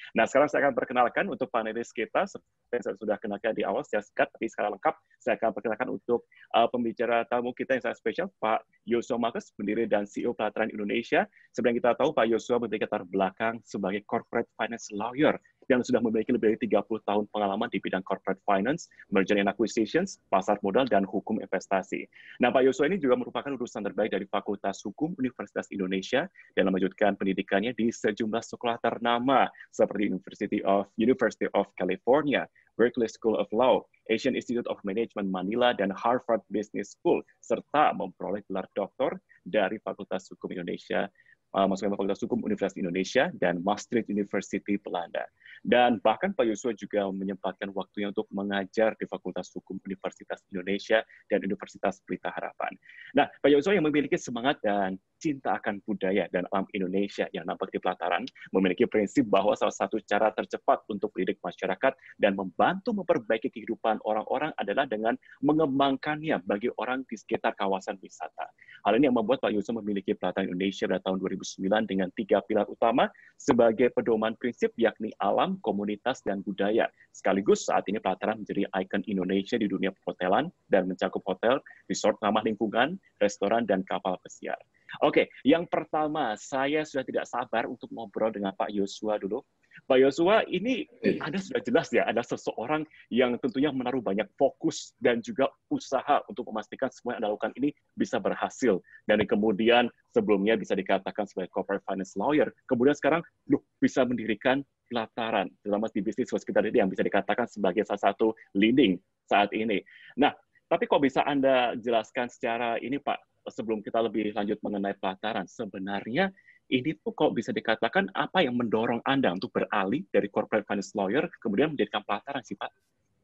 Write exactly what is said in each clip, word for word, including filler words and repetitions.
Nah, sekarang saya akan perkenalkan untuk panelis kita, seperti yang saya sudah kenalkan di awal, secara singkat, tapi secara lengkap, saya akan perkenalkan untuk uh, pembicara tamu kita yang sangat spesial, Pak Yoshua Marcus, pendiri dan C E O Pelataran Indonesia. Sebenarnya kita tahu Pak Yoshua memiliki latar belakang sebagai corporate finance lawyer, dan sudah memiliki lebih dari tiga puluh tahun pengalaman di bidang corporate finance, merger and acquisitions, pasar modal, dan hukum investasi. Nah, Pak Yoshua ini juga merupakan lulusan terbaik dari Fakultas Hukum Universitas Indonesia dan melanjutkan pendidikannya di sejumlah sekolah ternama seperti University of University of California, Berkeley School of Law, Asian Institute of Management Manila, dan Harvard Business School, serta memperoleh gelar doktor dari Fakultas Hukum Indonesia, uh, maksudnya Fakultas Hukum Universitas Indonesia dan Maastricht University Belanda. Dan bahkan Pak Yoshua juga menyempatkan waktunya untuk mengajar di Fakultas Hukum Universitas Indonesia dan Universitas Pelita Harapan. Nah, Pak Yoshua yang memiliki semangat dan cinta akan budaya dan alam Indonesia yang nampak di Pelataran, memiliki prinsip bahwa salah satu cara tercepat untuk mendidik masyarakat dan membantu memperbaiki kehidupan orang-orang adalah dengan mengembangkannya bagi orang di sekitar kawasan wisata. Hal ini yang membuat Pak Yoshua memiliki Pelataran Indonesia pada tahun dua ribu sembilan dengan tiga pilar utama sebagai pedoman prinsip, yakni alam, komunitas, dan budaya. Sekaligus saat ini Pelataran menjadi ikon Indonesia di dunia perhotelan dan mencakup hotel, resort ramah lingkungan, restoran, dan kapal pesiar. Oke, yang pertama, saya sudah tidak sabar untuk ngobrol dengan Pak Yoshua dulu. Pak Yoshua, ini ada sudah jelas ya, ada seseorang yang tentunya menaruh banyak fokus dan juga usaha untuk memastikan semua yang Anda lakukan ini bisa berhasil. Dan kemudian sebelumnya bisa dikatakan sebagai corporate finance lawyer, kemudian sekarang loh, bisa mendirikan Pelataran, terutama di bisnis hospitality yang bisa dikatakan sebagai salah satu leading saat ini. Nah, tapi kok bisa Anda jelaskan secara ini, Pak, sebelum kita lebih lanjut mengenai Pelataran, sebenarnya ini tuh kok bisa dikatakan apa yang mendorong Anda untuk beralih dari corporate finance lawyer kemudian mendirikan Pelataran sih, Pak?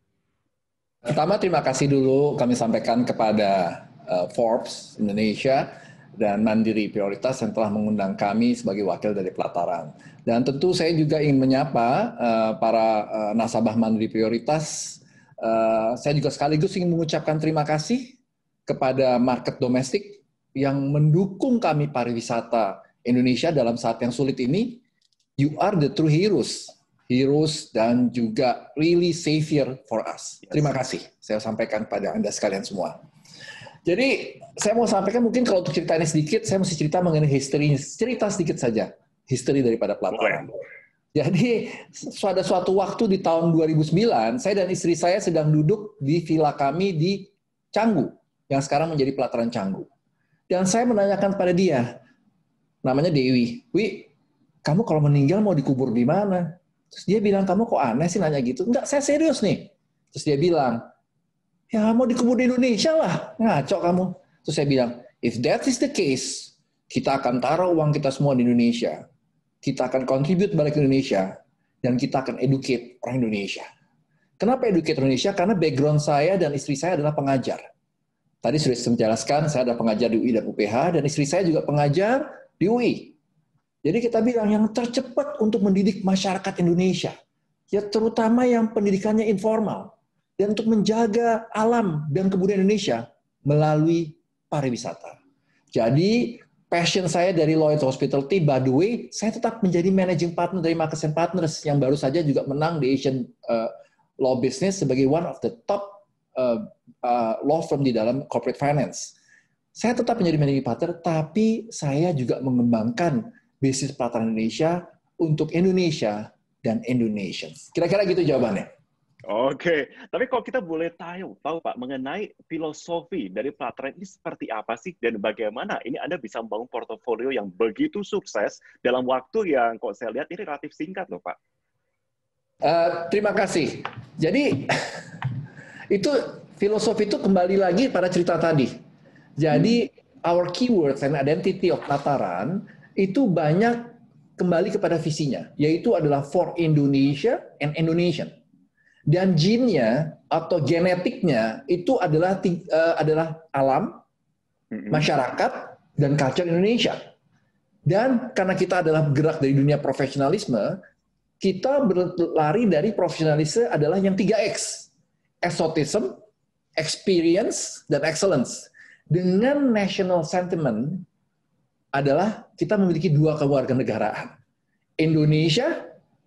Pertama, terima kasih dulu kami sampaikan kepada uh, Forbes Indonesia dan Mandiri Prioritas yang telah mengundang kami sebagai wakil dari Pelataran. Dan tentu saya juga ingin menyapa uh, para uh, nasabah Mandiri Prioritas. Uh, saya juga sekaligus ingin mengucapkan terima kasih kepada market domestik yang mendukung kami pariwisata Indonesia dalam saat yang sulit ini. You are the true heroes. Heroes dan juga really savior for us. Yes. Terima kasih. Saya sampaikan pada Anda sekalian semua. Jadi, saya mau sampaikan mungkin kalau untuk cerita ini sedikit, saya mesti cerita mengenai history, cerita sedikit saja. History daripada Pelataran. Jadi, pada suatu waktu di tahun dua ribu sembilan, saya dan istri saya sedang duduk di villa kami di Canggu, yang sekarang menjadi Pelataran Canggu. Dan saya menanyakan pada dia, namanya Dewi, Wi, kamu kalau meninggal mau dikubur di mana? Terus dia bilang, kamu kok aneh sih nanya gitu? Enggak, saya serius nih. Terus dia bilang, ya mau dikubur di Indonesia lah, ngaco kamu. Terus saya bilang, if that is the case, kita akan taruh uang kita semua di Indonesia. Kita akan contribute balik ke Indonesia, dan kita akan educate orang Indonesia. Kenapa educate Indonesia? Karena background saya dan istri saya adalah pengajar. Tadi sudah saya menjelaskan, saya ada pengajar di U I dan U P H, dan istri saya juga pengajar di U I. Jadi kita bilang yang tercepat untuk mendidik masyarakat Indonesia, ya terutama yang pendidikannya informal, dan untuk menjaga alam dan kebudayaan Indonesia melalui pariwisata. Jadi passion saya dari Lloyd's Hospitality, by the way, saya tetap menjadi managing partner dari Marcus and Partners yang baru saja juga menang di Asian uh, Law Business sebagai one of the top uh, uh, law firm di dalam corporate finance. Saya tetap menjadi managing partner, tapi saya juga mengembangkan bisnis Pelataran Indonesia untuk Indonesia dan Indonesians. Kira-kira gitu jawabannya. Oke, tapi kalau kita boleh tahu, tahu Pak, mengenai filosofi dari Pelataran ini seperti apa sih dan bagaimana ini Anda bisa membangun portofolio yang begitu sukses dalam waktu yang kok saya lihat ini relatif singkat loh Pak. Uh, terima kasih. Jadi itu filosofi itu kembali lagi pada cerita tadi. Jadi hmm. our keywords and identity of Pelataran itu banyak kembali kepada visinya, yaitu adalah for Indonesia and Indonesian. Dan gene-nya atau genetiknya itu adalah uh, adalah alam, mm-hmm. masyarakat, dan culture Indonesia. Dan karena kita adalah bergerak dari dunia profesionalisme, kita berlari dari profesionalisme adalah yang tiga X. Exotism, experience, dan excellence. Dengan national sentiment, adalah kita memiliki dua kewarganegaraan, Indonesia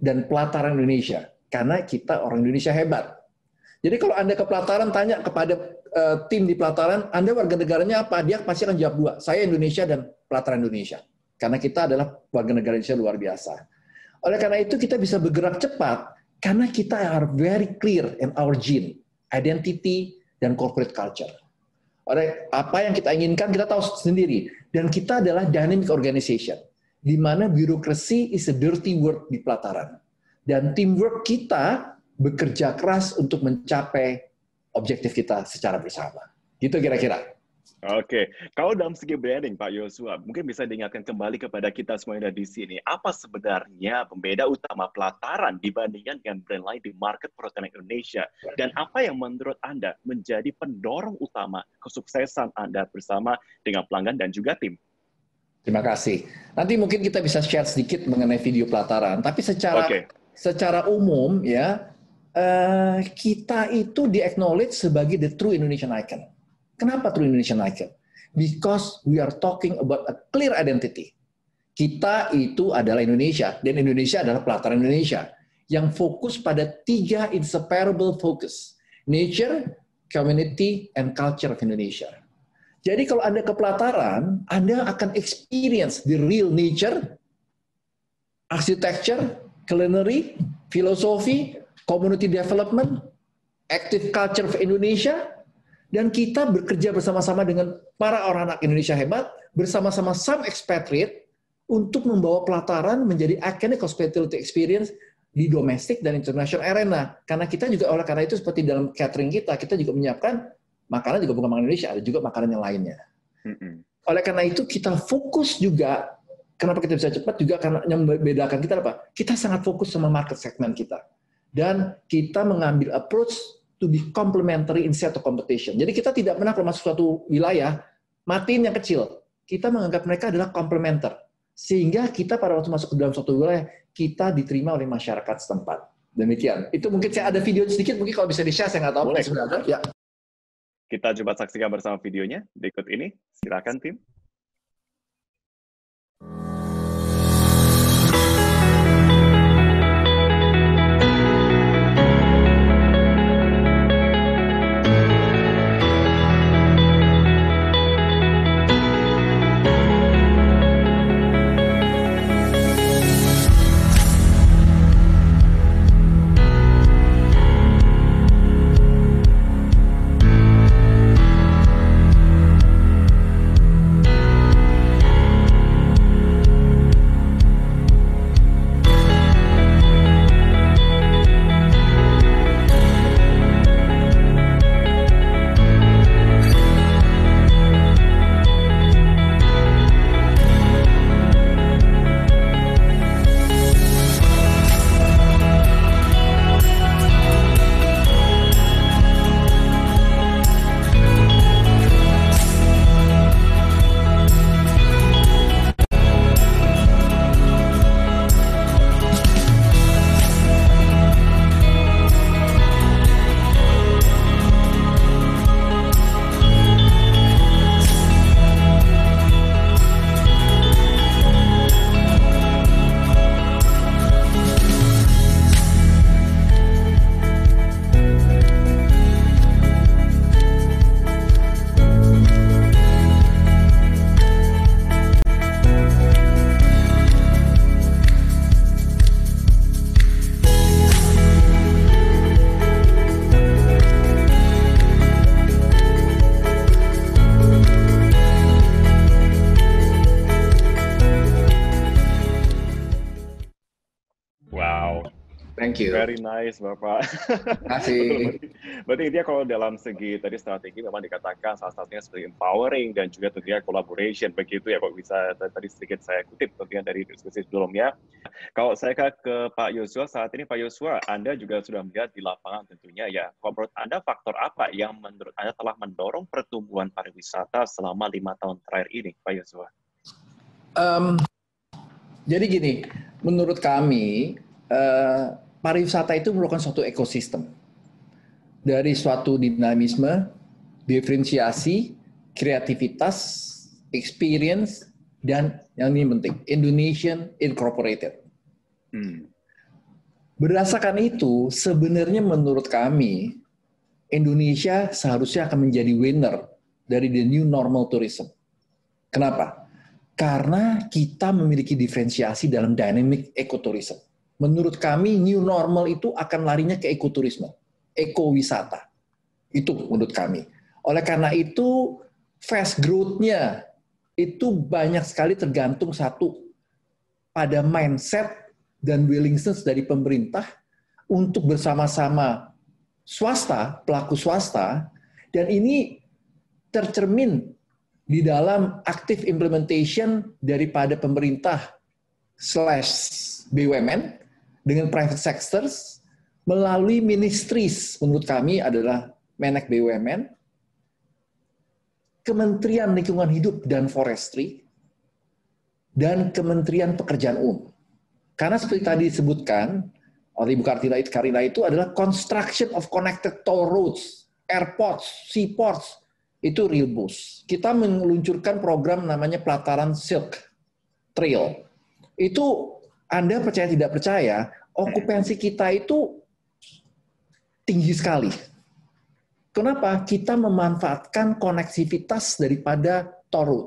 dan pelataran Indonesia. Karena kita orang Indonesia hebat. Jadi kalau Anda ke pelataran, tanya kepada uh, tim di pelataran, Anda warga negaranya apa? Dia pasti akan jawab dua, saya Indonesia dan pelataran Indonesia. Karena kita adalah warga negara Indonesia luar biasa. Oleh karena itu kita bisa bergerak cepat, karena kita are very clear in our gene, identity, dan corporate culture. Oleh apa yang kita inginkan, kita tahu sendiri. Dan kita adalah dynamic organization, di mana birokrasi is a dirty word di pelataran. Dan teamwork kita bekerja keras untuk mencapai objektif kita secara bersama. Gitu kira-kira. Oke, kalau dalam segi branding, Pak Yosua, mungkin bisa diingatkan kembali kepada kita semua yang ada di sini. Apa sebenarnya pembeda utama pelataran dibandingkan dengan brand lain di market perhotelan Indonesia? Dan apa yang menurut Anda menjadi pendorong utama kesuksesan Anda bersama dengan pelanggan dan juga tim? Terima kasih. Nanti mungkin kita bisa share sedikit mengenai video pelataran. Tapi secara okay. secara umum ya, uh, kita itu di-acknowledge sebagai the true Indonesian icon. Kenapa true Indonesian icon? Because we are talking about a clear identity. Kita itu adalah Indonesia, dan Indonesia adalah pelataran Indonesia yang fokus pada tiga inseparable focus: nature, community, and culture of Indonesia. Jadi kalau Anda ke pelataran, Anda akan experience the real nature, architecture, culinary, filosofi, community development, active culture of Indonesia. Dan kita bekerja bersama-sama dengan para orang anak Indonesia hebat, bersama-sama some expatriate, untuk membawa pelataran menjadi iconic hospitality experience di domestik dan international arena. Karena kita juga, oleh karena itu seperti dalam catering kita, kita juga menyiapkan makanan juga bukan makanan Indonesia, ada juga makanan yang lainnya. Mm-hmm. Oleh karena itu kita fokus juga, kenapa kita bisa cepat juga karena yang membedakan kita apa? Kita sangat fokus sama market segment kita. Dan kita mengambil approach to be complementary instead of competition. Jadi kita tidak pernah kalau masuk suatu wilayah, matiin yang kecil. Kita menganggap mereka adalah complementer. Sehingga kita pada waktu masuk ke dalam suatu wilayah, kita diterima oleh masyarakat setempat. Demikian. Itu mungkin saya ada video sedikit, mungkin kalau bisa di-share, saya nggak tahu. Boleh. Sudah ada. Ya. Kita coba saksikan bersama videonya berikut ini. Silakan tim. Thank you. Very nice, Bapak. Terima kasih. Berarti intinya kalau dalam segi tadi strategi memang dikatakan salah satunya seperti empowering dan juga tentunya collaboration, begitu ya, kalau bisa tadi sedikit saya kutip tentunya dari diskusi sebelumnya. Kalau saya ke Pak Yosua, saat ini Pak Yosua, Anda juga sudah melihat di lapangan tentunya ya, kalau menurut Anda faktor apa yang menurut Anda telah mendorong pertumbuhan pariwisata selama lima tahun terakhir ini, Pak Yosua? Um, jadi gini, menurut kami, uh, pariwisata itu merupakan suatu ekosistem. Dari suatu dinamisme, diferensiasi, kreativitas, experience, dan yang ini penting, Indonesian Incorporated. Hmm. Berdasarkan itu, sebenarnya menurut kami, Indonesia seharusnya akan menjadi winner dari the new normal tourism. Kenapa? Karena kita memiliki diferensiasi dalam dynamic ecotourism. Menurut kami, new normal itu akan larinya ke ekoturisme, ekowisata. Itu menurut kami. Oleh karena itu, fast growth-nya itu banyak sekali tergantung satu, pada mindset dan willingness dari pemerintah untuk bersama-sama swasta, pelaku swasta, dan ini tercermin di dalam active implementation daripada pemerintah slash B U M N dengan private sectors melalui ministries, menurut kami adalah Menek B U M N, Kementerian Lingkungan Hidup dan Forestry, dan Kementerian Pekerjaan Umum. Karena seperti tadi disebutkan oleh Ibu Karina itu adalah construction of connected toll roads, airports, seaports, itu real boost. Kita meluncurkan program namanya Pelataran Silk Trail. Itu Anda percaya tidak percaya, okupansi kita itu tinggi sekali. Kenapa? Kita memanfaatkan konektivitas daripada toll road.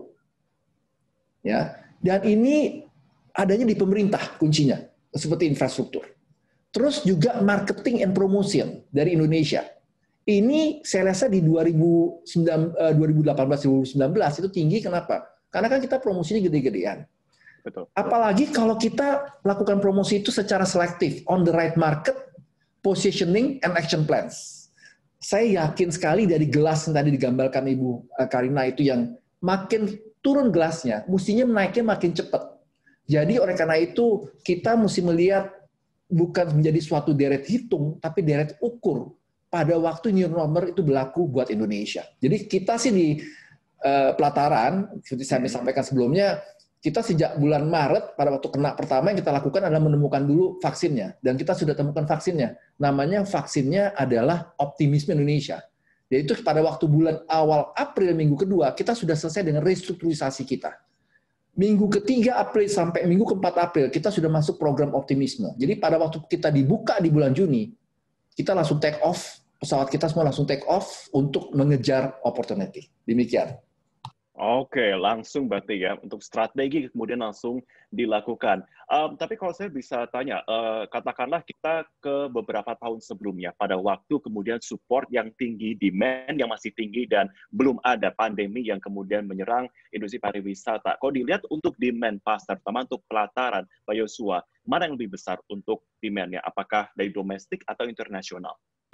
Ya, dan ini adanya di pemerintah kuncinya, seperti infrastruktur. Terus juga marketing and promotion dari Indonesia. Ini saya rasa di dua ribu delapan belas dua ribu sembilan belas itu tinggi, kenapa? Karena kan kita promosinya gede-gedean. Betul. Apalagi kalau kita lakukan promosi itu secara selektif, on the right market, positioning, and action plans. Saya yakin sekali dari gelas yang tadi digambarkan Ibu Karina itu yang makin turun gelasnya, mestinya naiknya makin cepat. Jadi oleh karena itu kita mesti melihat bukan menjadi suatu deret hitung, tapi deret ukur pada waktu new normal itu berlaku buat Indonesia. Jadi kita sih di uh, Pelataran, seperti saya sampaikan sebelumnya, kita sejak bulan Maret pada waktu kena pertama yang kita lakukan adalah menemukan dulu vaksinnya. Dan kita sudah temukan vaksinnya. Namanya vaksinnya adalah Optimisme Indonesia. Yaitu pada waktu bulan awal April minggu kedua, kita sudah selesai dengan restrukturisasi kita. Minggu ketiga April sampai minggu keempat April, kita sudah masuk program Optimisme. Jadi pada waktu kita dibuka di bulan Juni, kita langsung take off, pesawat kita semua langsung take off untuk mengejar opportunity. Demikian. Oke, langsung berarti ya, untuk strategi kemudian langsung dilakukan. Um, tapi kalau saya bisa tanya, uh, katakanlah kita ke beberapa tahun sebelumnya, pada waktu kemudian support yang tinggi, demand yang masih tinggi, dan belum ada pandemi yang kemudian menyerang industri pariwisata. Kalau dilihat untuk demand pasar, terutama untuk Pelataran, Pak Yosua, mana yang lebih besar untuk demand-nya? Apakah dari domestik atau internasional?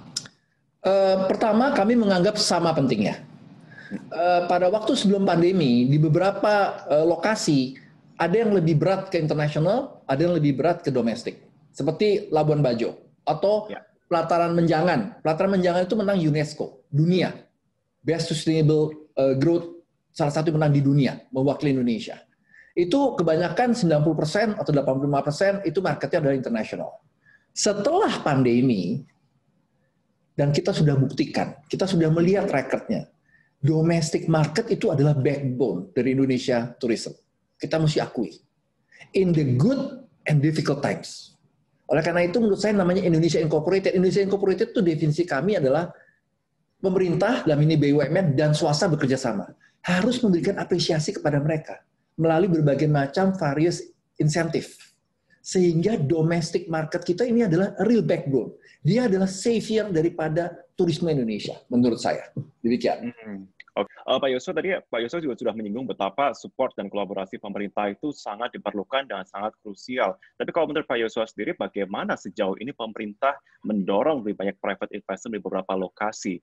Uh, pertama, kami menganggap sama pentingnya. Uh, pada waktu sebelum pandemi, di beberapa uh, lokasi, ada yang lebih berat ke internasional, ada yang lebih berat ke domestik. Seperti Labuan Bajo, atau ya. Pelataran Menjangan. Pelataran Menjangan itu menang UNESCO, dunia. Best Sustainable uh, Growth, salah satu menang di dunia, mewakili Indonesia. Itu kebanyakan sembilan puluh persen atau delapan puluh lima persen itu marketnya adalah internasional. Setelah pandemi, dan kita sudah buktikan, kita sudah melihat recordnya, domestic market itu adalah backbone dari Indonesia tourism. Kita mesti akui. In the good and difficult times. Oleh karena itu menurut saya namanya Indonesia Incorporated. Indonesia Incorporated itu definisi kami adalah pemerintah, dalam ini B U M N, dan swasta bekerja sama. Harus memberikan apresiasi kepada mereka melalui berbagai macam various insentif. Sehingga domestic market kita ini adalah real backbone. Dia adalah savior daripada turisme Indonesia, menurut saya. Demikian. Mm-hmm. Okay. Uh, Pak Yosua tadi Pak Yosua juga sudah menyinggung betapa support dan kolaborasi pemerintah itu sangat diperlukan dan sangat krusial. Tapi kalau menurut Pak Yosua sendiri, bagaimana sejauh ini pemerintah mendorong lebih banyak private investment di beberapa lokasi?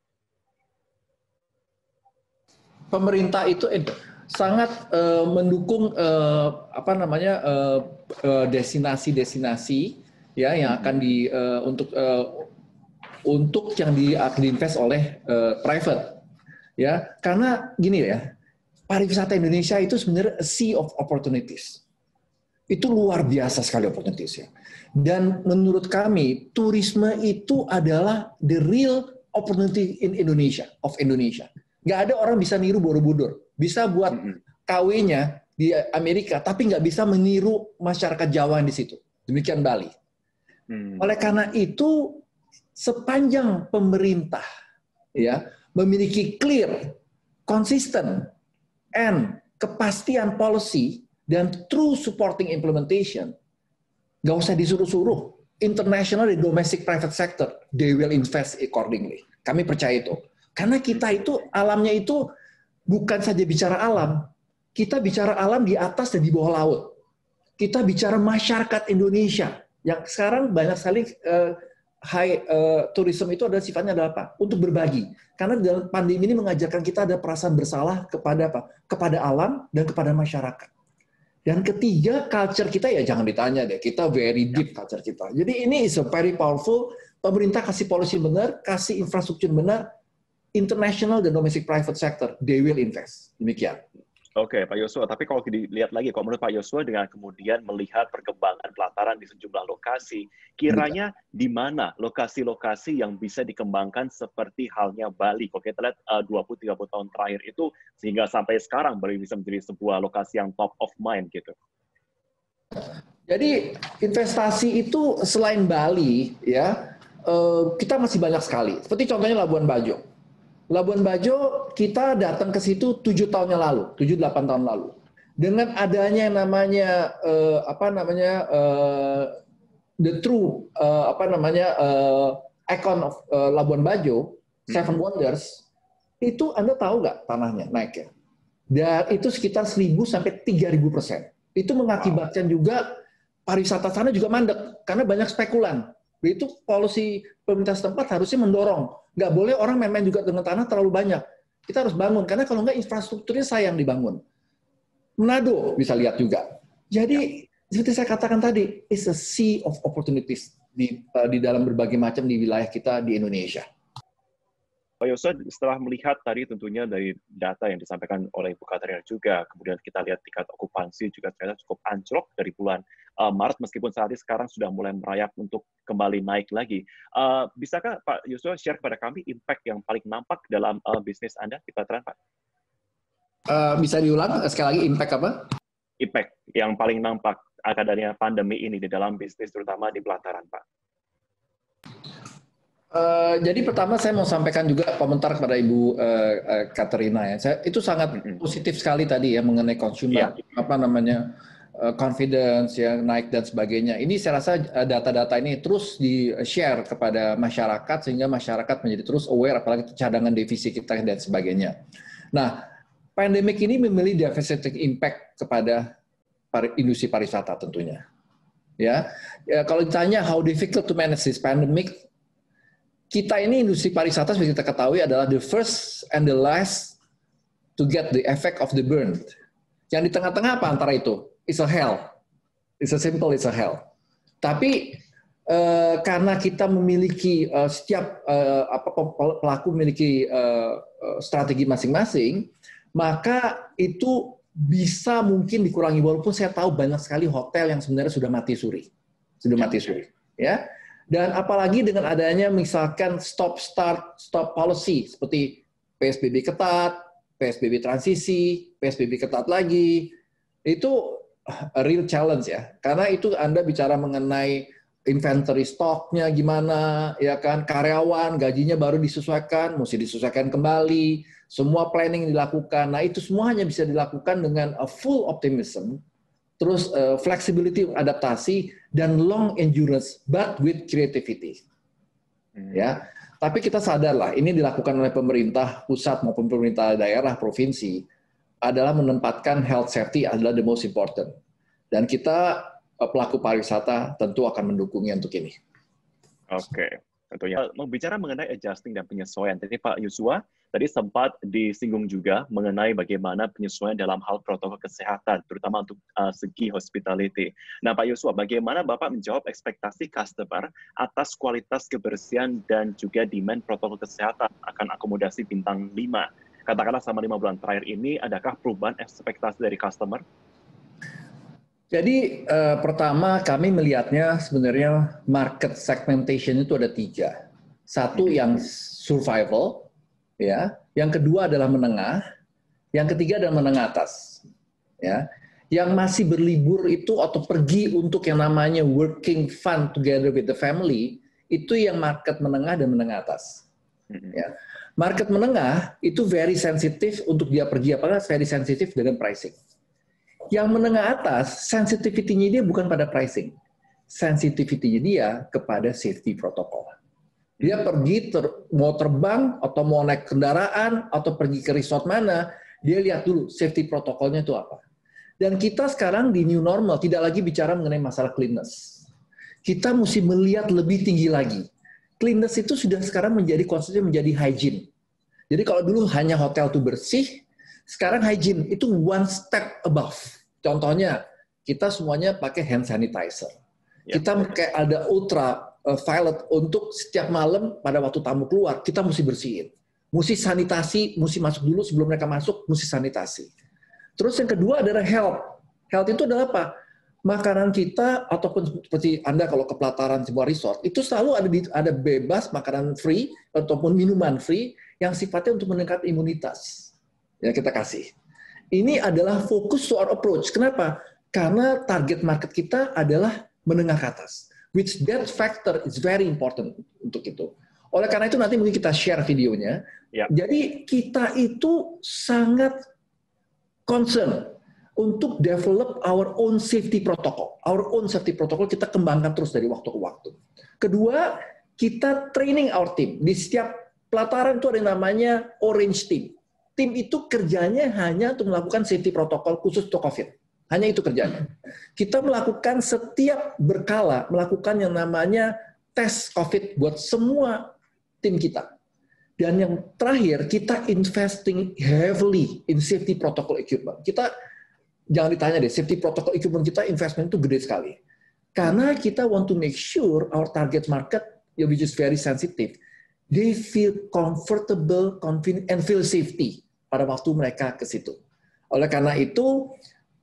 Pemerintah itu eh, sangat uh, mendukung uh, apa namanya uh, uh, destinasi-destinasi ya yang akan di uh, untuk uh, untuk yang di akan diinvest oleh uh, private. Ya, karena gini ya, pariwisata Indonesia itu sebenarnya a sea of opportunities. Itu luar biasa sekali opportunities ya. Dan menurut kami, turisme itu adalah the real opportunity in Indonesia, of Indonesia. Nggak ada orang bisa niru Borobudur. Bisa buat K W-nya di Amerika, tapi nggak bisa meniru masyarakat Jawa di situ. Demikian Bali. Hmm. Oleh karena itu, sepanjang pemerintah ya memiliki clear, konsisten, and kepastian policy dan true supporting implementation, nggak usah disuruh-suruh. International dan domestic private sector, they will invest accordingly. Kami percaya itu. Karena kita itu, alamnya itu bukan saja bicara alam, kita bicara alam di atas dan di bawah laut. Kita bicara masyarakat Indonesia yang sekarang banyak sekali uh, high uh, tourism itu adalah sifatnya adalah apa? Untuk berbagi. Karena dalam pandemi ini mengajarkan kita ada perasaan bersalah kepada apa? Kepada alam dan kepada masyarakat. Dan ketiga, culture kita ya jangan ditanya deh. Kita very deep culture kita. Jadi ini is a very powerful. Pemerintah kasih policy benar, kasih infrastruktur benar, international dan domestic private sector, they will invest. Demikian. Oke, Pak Yosua. Tapi kalau dilihat lagi, kalau menurut Pak Yosua dengan kemudian melihat perkembangan pelataran di sejumlah lokasi, kiranya di mana lokasi-lokasi yang bisa dikembangkan seperti halnya Bali? Kalau kita lihat uh, dua puluh sampai tiga puluh tahun terakhir itu, sehingga sampai sekarang baru bisa menjadi sebuah lokasi yang top of mind gitu. Jadi investasi itu selain Bali, ya uh, kita masih banyak sekali. Seperti contohnya Labuan Bajo. Labuan Bajo, kita datang ke situ tujuh tahun yang lalu, tujuh delapan tahun lalu. Dengan adanya yang namanya uh, apa namanya uh, the true uh, apa namanya uh, icon of uh, Labuan Bajo, Seven hmm. Wonders, itu Anda tahu nggak tanahnya naiknya? Dan itu sekitar seribu sampai tiga ribu persen. Itu mengakibatkan juga pariwisata sana juga mandek karena banyak spekulan. Itu policy pemerintah setempat harusnya mendorong. Nggak boleh orang main-main juga dengan tanah terlalu banyak. Kita harus bangun, karena kalau nggak infrastrukturnya sayang dibangun. Manado bisa lihat juga. Jadi, ya. Seperti saya katakan tadi, it's a sea of opportunities di, uh, di dalam berbagai macam di wilayah kita di Indonesia. Pak Yosua, setelah melihat tadi tentunya dari data yang disampaikan oleh Ibu Katrina juga, kemudian kita lihat tingkat okupansi juga ternyata cukup anjlok dari bulan uh, Maret, meskipun saat ini sekarang sudah mulai merayap untuk kembali naik lagi. Uh, bisakah Pak Yosua share kepada kami impact yang paling nampak dalam uh, bisnis Anda di pelataran, Pak? Uh, bisa diulang sekali lagi, impact apa? Impact yang paling nampak adanya pandemi ini di dalam bisnis, terutama di pelataran, Pak. Uh, jadi pertama saya mau sampaikan juga komentar kepada Ibu uh, uh, Katrina ya. Saya, itu sangat mm-hmm. positif sekali tadi ya mengenai consumer, yeah. apa namanya uh, confidence ya naik dan sebagainya. Ini saya rasa uh, data-data ini terus di share kepada masyarakat sehingga masyarakat menjadi terus aware apalagi cadangan devisa kita dan sebagainya. Nah, pandemik ini memiliki devastating impact kepada pari, industri pariwisata tentunya. Ya, ya kalau ditanya how difficult to manage this pandemic, kita ini industri pariwisata seperti kita ketahui adalah the first and the last to get the effect of the burn. Yang di tengah-tengah apa antara itu? It's a hell. It's a simple, it's a hell. Tapi uh, karena kita memiliki uh, setiap uh, apa pelaku memiliki uh, strategi masing-masing, maka itu bisa mungkin dikurangi. Walaupun saya tahu banyak sekali hotel yang sebenarnya sudah mati suri, sudah mati suri, ya. Dan apalagi dengan adanya misalkan stop start stop policy seperti P S B B ketat, P S B B transisi, P S B B ketat lagi, itu a real challenge ya. Karena itu Anda bicara mengenai inventory stoknya gimana, ya kan, karyawan gajinya baru disesuaikan, mesti disesuaikan kembali, semua planning dilakukan. Nah itu semua hanya bisa dilakukan dengan a full optimism, terus uh, flexibility adaptasi dan long endurance but with creativity. Hmm. Ya, tapi kita sadarlah ini dilakukan oleh pemerintah pusat maupun pemerintah daerah provinsi adalah menempatkan health safety adalah the most important. Dan kita uh, pelaku pariwisata tentu akan mendukungnya untuk ini. Oke. Okay. Tentunya membicara mengenai adjusting dan penyesuaian. Tadi Pak Yosua tadi sempat disinggung juga mengenai bagaimana penyesuaian dalam hal protokol kesehatan, terutama untuk uh, segi hospitality. Nah, Pak Yosua, bagaimana Bapak menjawab ekspektasi customer atas kualitas kebersihan dan juga demand protokol kesehatan akan akomodasi bintang lima? Katakanlah selama lima bulan terakhir ini, adakah perubahan ekspektasi dari customer? Jadi eh, pertama kami melihatnya sebenarnya market segmentation itu ada tiga. Satu yang survival, ya. Yang kedua adalah menengah. Yang ketiga adalah menengah atas. Ya. Yang masih berlibur itu atau pergi untuk yang namanya working fun together with the family, itu yang market menengah dan menengah atas. Ya. Market menengah itu very sensitif untuk dia pergi, apakah very sensitif dengan pricing. Yang menengah atas, sensitivity-nya dia bukan pada pricing. Sensitivity-nya dia kepada safety protocol. Dia pergi, ter, mau terbang, atau mau naik kendaraan, atau pergi ke resort mana, dia lihat dulu safety protokolnya itu apa. Dan kita sekarang di new normal tidak lagi bicara mengenai masalah cleanness. Kita mesti melihat lebih tinggi lagi. Cleanness itu sudah sekarang menjadi konsepnya menjadi hygiene. Jadi kalau dulu hanya hotel itu bersih, sekarang hygiene itu one step above. Contohnya, kita semuanya pakai hand sanitizer. Ya. Kita pakai ada ultra violet untuk setiap malam pada waktu tamu keluar, kita mesti bersihin. Mesti sanitasi, mesti masuk dulu sebelum mereka masuk, mesti sanitasi. Terus yang kedua adalah health. Health itu adalah apa? Makanan kita, ataupun seperti Anda kalau ke pelataran sebuah resort, itu selalu ada, di, ada bebas makanan free, ataupun minuman free, yang sifatnya untuk meningkatkan imunitas. Ya, kita kasih. Ini adalah fokus to our approach. Kenapa? Karena target market kita adalah menengah ke atas. Which that factor is very important untuk itu. Oleh karena itu nanti mungkin kita share videonya. Ya. Jadi kita itu sangat concern untuk develop our own safety protocol. Our own safety protocol kita kembangkan terus dari waktu ke waktu. Kedua, kita training our team. Di setiap pelataran itu ada yang namanya orange team. Tim itu kerjanya hanya untuk melakukan safety protocol khusus untuk COVID. Hanya itu kerjanya. Kita melakukan setiap berkala, melakukan yang namanya tes COVID buat semua tim kita. Dan yang terakhir, kita investing heavily in safety protocol equipment. Kita, jangan ditanya deh, safety protocol equipment kita investment itu gede sekali. Karena kita want to make sure our target market, which is very sensitive, they feel comfortable, confident, and feel safety pada waktu mereka ke situ. Oleh karena itu,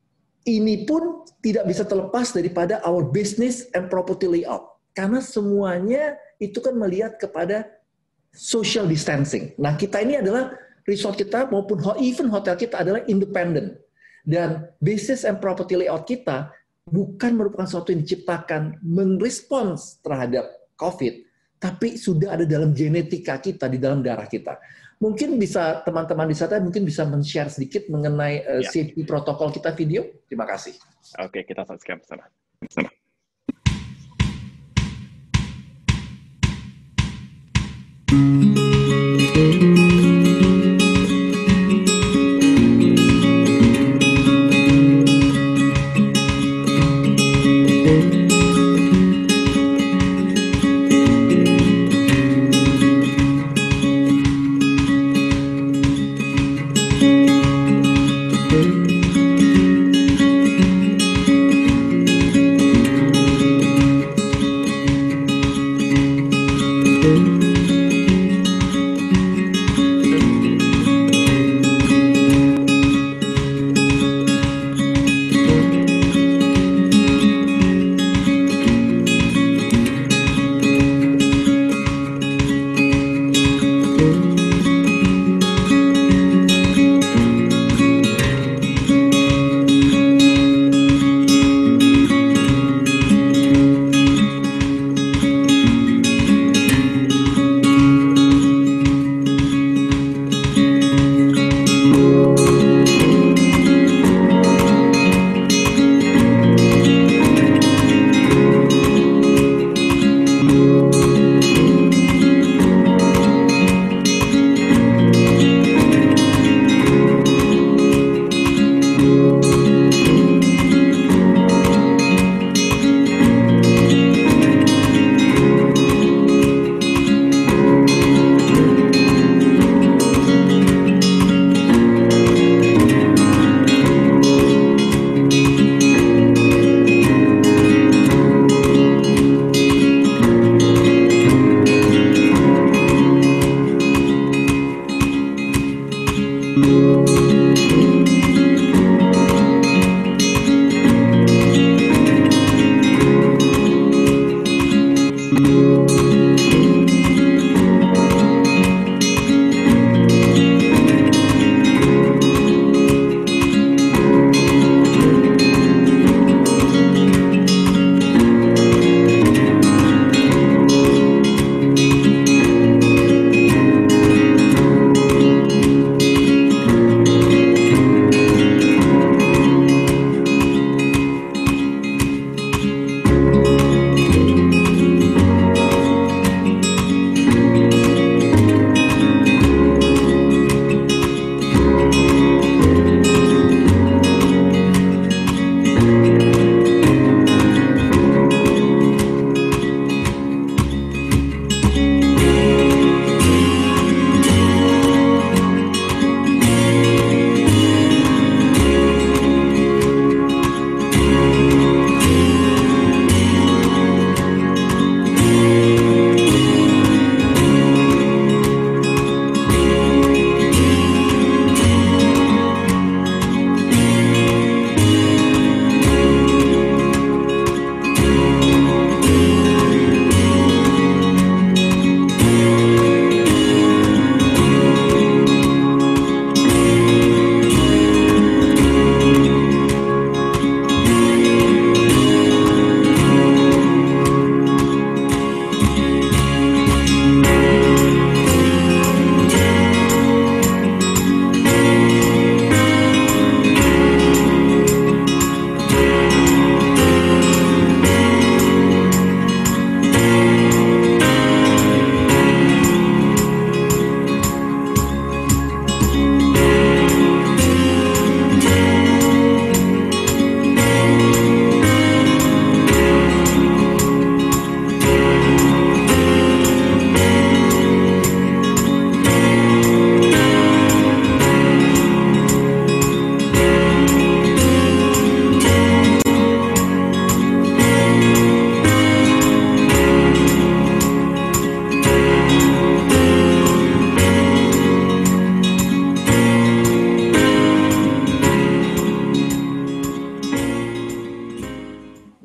ini pun tidak bisa terlepas daripada our business and property layout. Karena semuanya itu kan melihat kepada social distancing. Nah, kita ini adalah resort kita maupun even hotel kita adalah independent. Dan business and property layout kita bukan merupakan sesuatu yang diciptakan merespons terhadap COVID, tapi sudah ada dalam genetika kita, di dalam darah kita. Mungkin bisa teman-teman di sana mungkin bisa men-share sedikit mengenai uh, ya. safety protokol kita video. Terima kasih. Oke, kita saksikan bersama.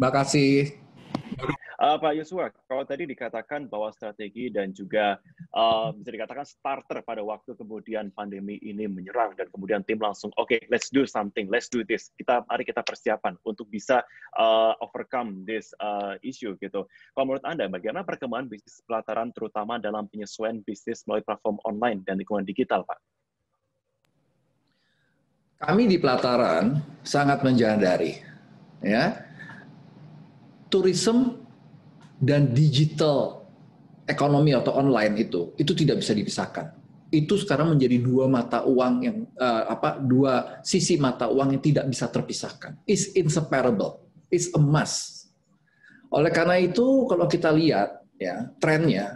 Terima kasih. Uh, Pak Yosua, kalau tadi dikatakan bahwa strategi dan juga uh, bisa dikatakan starter pada waktu kemudian pandemi ini menyerang dan kemudian tim langsung, oke, okay, let's do something, let's do this. Kita mari kita persiapan untuk bisa uh, overcome this uh, issue gitu. Kalau menurut Anda, bagaimana perkembangan bisnis pelataran terutama dalam penyesuaian bisnis melalui platform online dan lingkungan digital, Pak? Kami di pelataran sangat menyadari, ya, tourism dan digital ekonomi atau online itu itu tidak bisa dipisahkan. Itu sekarang menjadi dua mata uang yang uh, apa dua sisi mata uang yang tidak bisa terpisahkan. It's inseparable. It's a must. Oleh karena itu kalau kita lihat ya trennya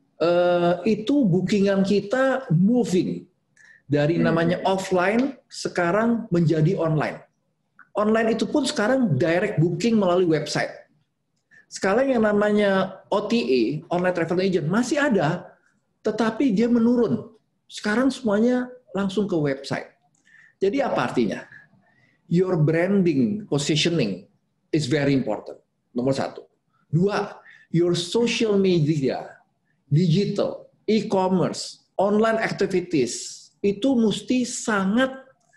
uh, itu bookingan kita moving dari namanya offline sekarang menjadi online. Online itu pun sekarang direct booking melalui website. Sekarang yang namanya O T A, online travel agent, masih ada, tetapi dia menurun. Sekarang semuanya langsung ke website. Jadi apa artinya? Your branding, positioning is very important. Nomor satu. Dua, your social media, digital, e-commerce, online activities, itu mesti sangat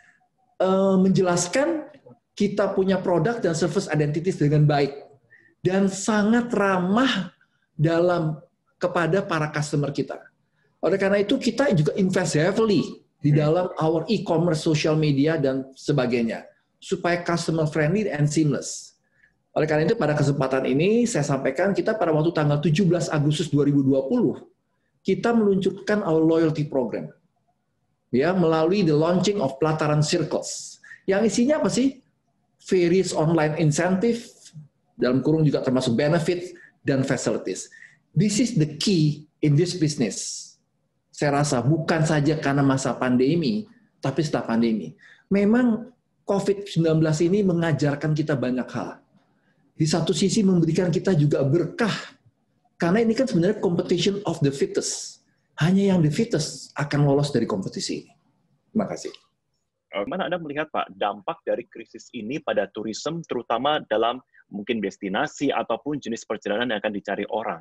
uh, menjelaskan kita punya produk dan service identities dengan baik. Dan sangat ramah dalam kepada para customer kita. Oleh karena itu kita juga invest heavily di dalam our e-commerce, social media dan sebagainya supaya customer friendly and seamless. Oleh karena itu pada kesempatan ini saya sampaikan kita pada waktu tanggal tujuh belas Agustus dua ribu dua puluh kita meluncurkan our loyalty program. Ya, melalui the launching of Pelataran Circles. Yang isinya apa sih? Various online incentive, dalam kurung juga termasuk benefit dan facilities. This is the key in this business. Saya rasa bukan saja karena masa pandemi, tapi setelah pandemi. Memang covid sembilan belas ini mengajarkan kita banyak hal. Di satu sisi memberikan kita juga berkah. Karena ini kan sebenarnya competition of the fittest. Hanya yang the fittest akan lolos dari kompetisi ini. Terima kasih. Bagaimana Anda melihat, Pak, dampak dari krisis ini pada tourism, terutama dalam mungkin destinasi ataupun jenis perjalanan yang akan dicari orang?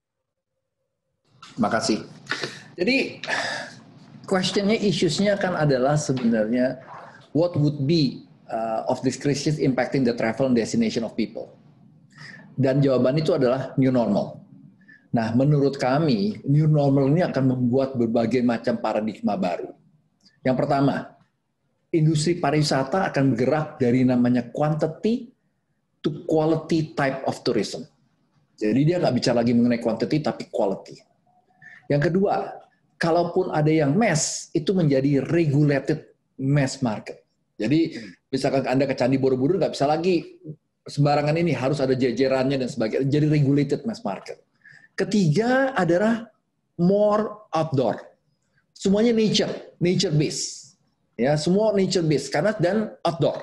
Terima kasih. Jadi, questionnya, issues-nya kan adalah sebenarnya what would be uh, of this crisis impacting the travel and destination of people? Dan jawaban itu adalah new normal. Nah, menurut kami, new normal ini akan membuat berbagai macam paradigma baru. Yang pertama, industri pariwisata akan bergerak dari namanya quantity to quality type of tourism. Jadi dia nggak bicara lagi mengenai quantity, tapi quality. Yang kedua, kalaupun ada yang mass, itu menjadi regulated mass market. Jadi misalkan Anda ke Candi Borobudur, nggak bisa lagi sembarangan ini, harus ada jajarannya dan sebagainya. Jadi regulated mass market. Ketiga adalah more outdoor. Semuanya nature, nature based. Ya, semua nature based karena dan outdoor.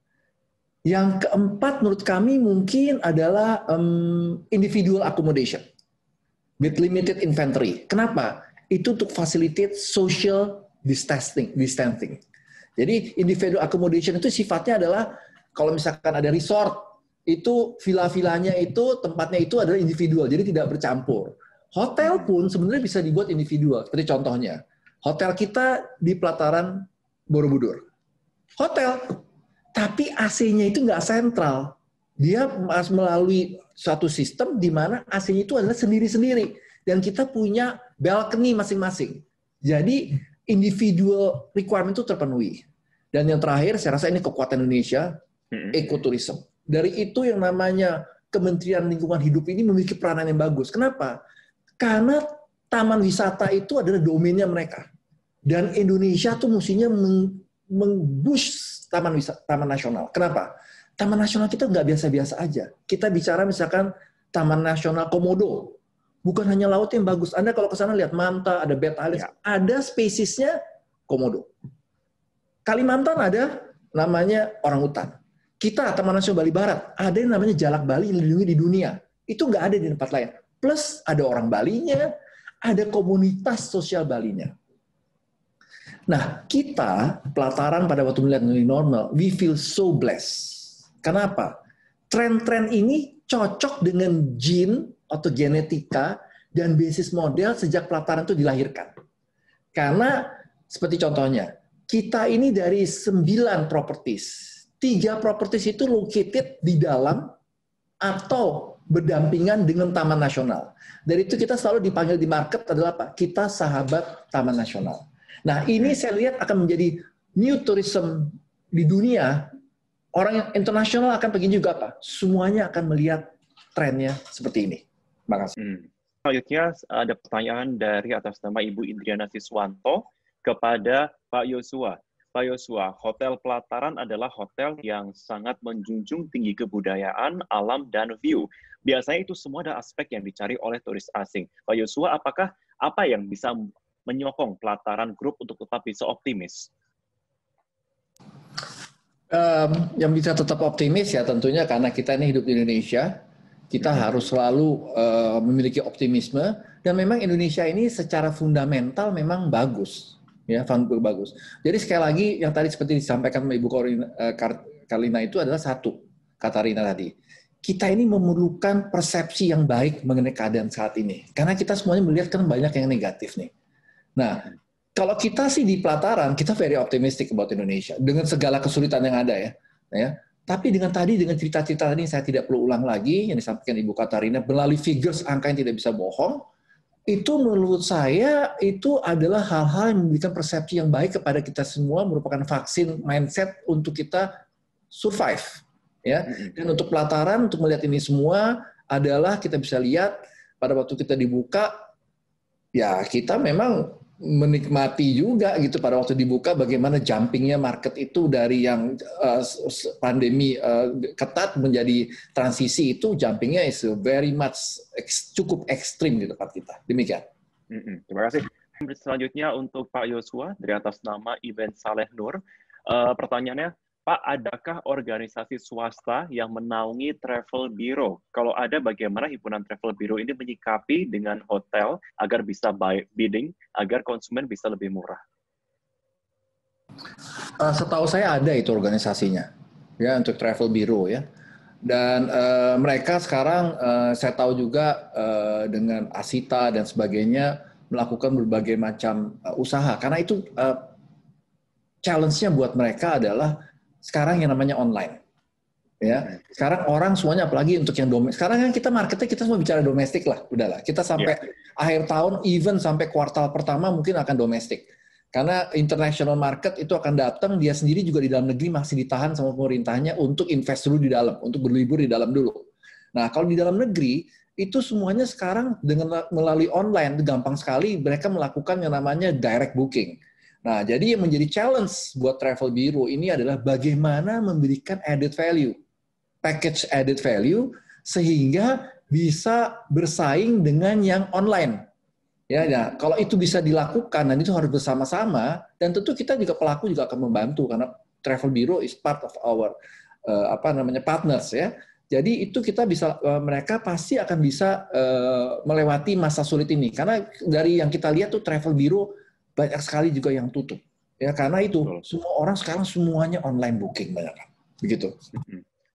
Yang keempat menurut kami mungkin adalah um, individual accommodation with limited inventory. Kenapa? Itu untuk facilitate social distancing. distancing. Jadi individual accommodation itu sifatnya adalah kalau misalkan ada resort, itu villa-villanya itu tempatnya itu adalah individual, jadi tidak bercampur. Hotel pun sebenarnya bisa dibuat individual. Seperti contohnya, hotel kita di Pelataran Borobudur. Hotel, tapi A C-nya itu nggak sentral. Dia melalui suatu sistem di mana A C-nya itu adalah sendiri-sendiri. Dan kita punya balcony masing-masing. Jadi individual requirement itu terpenuhi. Dan yang terakhir, saya rasa ini kekuatan Indonesia, ekoturism. Dari itu yang namanya Kementerian Lingkungan Hidup ini memiliki peranan yang bagus. Kenapa? Karena taman wisata itu adalah domainnya mereka. Dan Indonesia tuh mestinya meng-boost taman wisata, taman nasional. Kenapa? Taman nasional kita nggak biasa-biasa aja. Kita bicara misalkan Taman Nasional Komodo. Bukan hanya laut yang bagus. Anda kalau ke sana lihat manta, ada beta alis, ya. Ada spesiesnya komodo. Kalimantan ada namanya orangutan. Kita Taman Nasional Bali Barat ada yang namanya jalak Bali yang dilindungi di dunia. Itu nggak ada di tempat lain. Plus ada orang Balinya, ada komunitas sosial Balinya. Nah, kita Pelataran pada waktu melihat new normal, we feel so blessed. Kenapa? tren-tren ini cocok dengan gene atau genetika dan bisnis model sejak pelataran itu dilahirkan. Karena seperti contohnya, kita ini dari sembilan properties, tiga properties itu located di dalam atau berdampingan dengan Taman Nasional. Dari itu kita selalu dipanggil di market adalah apa? Kita sahabat Taman Nasional. Nah ini saya lihat akan menjadi new tourism di dunia. Orang yang internasional akan pergi juga apa? Semuanya akan melihat trennya seperti ini. Terima kasih. Hmm. Selanjutnya ada pertanyaan dari atas nama Ibu Indriana Siswanto kepada Pak Yosua. Pak Yosua, Hotel Pelataran adalah hotel yang sangat menjunjung tinggi kebudayaan, alam, dan view. Biasanya itu semua ada aspek yang dicari oleh turis asing. Pak Yosua, apakah apa yang bisa menyokong Pelataran Group untuk tetap bisa optimis? Um, yang bisa tetap optimis ya tentunya karena kita ini hidup di Indonesia, kita hmm. harus selalu uh, memiliki optimisme, dan memang Indonesia ini secara fundamental memang bagus. Ya, bagus. Jadi sekali lagi yang tadi seperti disampaikan oleh Ibu Karlina itu adalah satu, Katarina tadi. Kita ini memerlukan persepsi yang baik mengenai keadaan saat ini. Karena kita semuanya melihat kan banyak yang negatif nih. Nah, kalau kita sih di Pelataran, kita very optimistic about Indonesia. Dengan segala kesulitan yang ada ya. ya. Tapi dengan tadi, dengan cerita-cerita tadi, saya tidak perlu ulang lagi, yang disampaikan Ibu Katarina, melalui figures angka yang tidak bisa bohong, itu menurut saya itu adalah hal-hal yang memberikan persepsi yang baik kepada kita semua, merupakan vaksin mindset untuk kita survive, ya. Dan untuk Pelataran untuk melihat ini semua adalah kita bisa lihat pada waktu kita dibuka, ya kita memang menikmati juga gitu pada waktu dibuka bagaimana jumpingnya market itu dari yang uh, pandemi uh, ketat menjadi transisi itu jumpingnya is very much ex, cukup ekstrim di tempat kita. Demikian. Mm-hmm. Terima kasih. Selanjutnya untuk Pak Yosua dari atas nama Event Saleh Nur. Uh, pertanyaannya, Pak, adakah organisasi swasta yang menaungi travel bureau? Kalau ada, bagaimana himpunan travel bureau ini menyikapi dengan hotel agar bisa buy bidding, agar konsumen bisa lebih murah? Uh, setahu saya ada itu organisasinya, ya untuk travel bureau ya. Dan uh, mereka sekarang uh, saya tahu juga uh, dengan Asita dan sebagainya melakukan berbagai macam uh, usaha. Karena itu uh, challenge-nya buat mereka adalah sekarang yang namanya online, ya. Sekarang orang semuanya, apalagi untuk yang domestik. Sekarang kan kita marketnya kita semua bicara domestik lah, udahlah. Kita sampai yeah. akhir tahun, even sampai kuartal pertama mungkin akan domestik. Karena international market itu akan datang, dia sendiri juga di dalam negeri masih ditahan sama pemerintahnya untuk invest dulu di dalam, untuk berlibur di dalam dulu. Nah, kalau di dalam negeri itu semuanya sekarang dengan melalui online gampang sekali mereka melakukan yang namanya direct booking. Nah, jadi yang menjadi challenge buat travel bureau ini adalah bagaimana memberikan added value, package added value, sehingga bisa bersaing dengan yang online. Ya, ya, kalau itu bisa dilakukan, dan itu harus bersama-sama, dan tentu kita juga pelaku juga akan membantu karena travel bureau is part of our uh, apa namanya partners ya. Jadi itu kita bisa uh, mereka pasti akan bisa uh, melewati masa sulit ini karena dari yang kita lihat tuh travel bureau banyak sekali juga yang tutup. Ya karena itu Betul. Semua orang sekarang semuanya online booking banyak. Begitu.